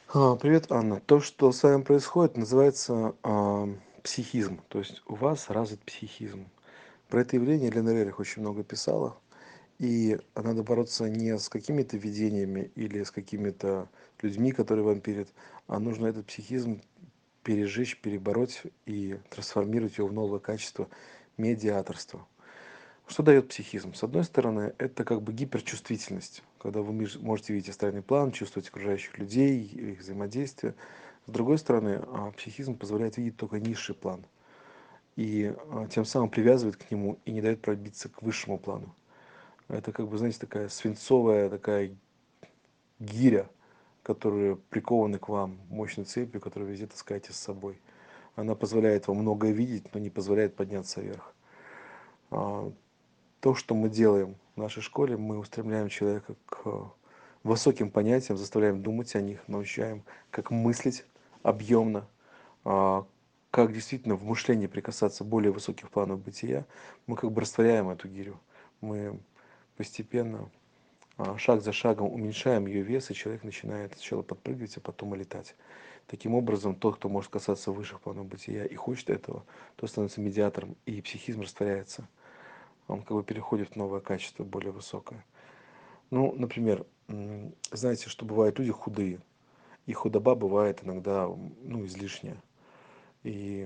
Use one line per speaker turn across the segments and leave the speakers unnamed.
Привет, Анна. То, что с вами происходит, называется психизм. То есть у вас развит психизм. Про это явление Елена Рерих очень много писала. И надо бороться не с какими-то видениями или с какими-то людьми, которые вампирят, а нужно этот психизм пережечь, перебороть и трансформировать его в новое качество медиаторства. Что дает психизм? С одной стороны, это как бы гиперчувствительность, когда вы можете видеть астральный план, чувствовать окружающих людей, их взаимодействие. С другой стороны, психизм позволяет видеть только низший план и тем самым привязывает к нему и не дает пробиться к высшему плану. Это как бы, знаете, такая свинцовая такая гиря, которая прикована к вам мощной цепью, которую везде таскаете с собой. Она позволяет вам многое видеть, но не позволяет подняться вверх. А, То, что мы делаем в нашей школе, мы устремляем человека к высоким понятиям, заставляем думать о них, научаем, как мыслить объемно, а, как действительно в мышлении прикасаться более высоких планов бытия. Мы как бы растворяем эту гирю. Мы постепенно, шаг за шагом уменьшаем ее вес, и человек начинает сначала подпрыгивать, а потом и летать. Таким образом, тот, кто может касаться высших планов бытия и хочет этого, тот становится медиатором, и психизм растворяется. Он как бы переходит в новое качество, более высокое. Ну, например, знаете, что бывают люди худые, и худоба бывает иногда, ну, излишняя. И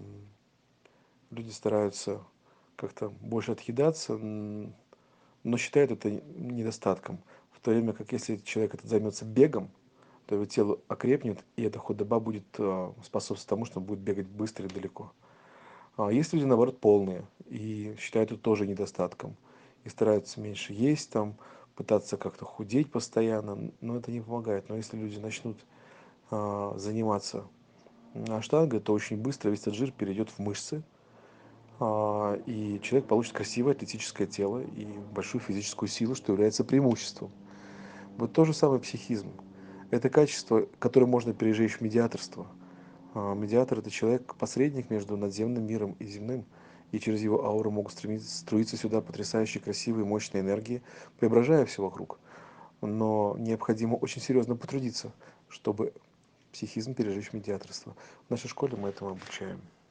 люди стараются как-то больше отъедаться, но считают это недостатком. В то время как если человек этот займется бегом, то его тело окрепнет, и эта худоба будет способствовать тому, что он будет бегать быстро и далеко. А есть люди, наоборот, полные и считают это тоже недостатком. И стараются меньше есть, там, пытаться как-то худеть постоянно, но это не помогает. Но если люди начнут заниматься аштангой, то очень быстро весь этот жир перейдет в мышцы, и человек получит красивое атлетическое тело и большую физическую силу, что является преимуществом. Вот то же самое психизм. Это качество, которое можно пережечь в медиаторство. Медиатор – это человек-посредник между надземным миром и земным, и через его ауру могут струиться сюда потрясающие, красивые, мощные энергии, преображая все вокруг. Но необходимо очень серьезно потрудиться, чтобы психизм пережечь в медиаторство. В нашей школе мы этому обучаем.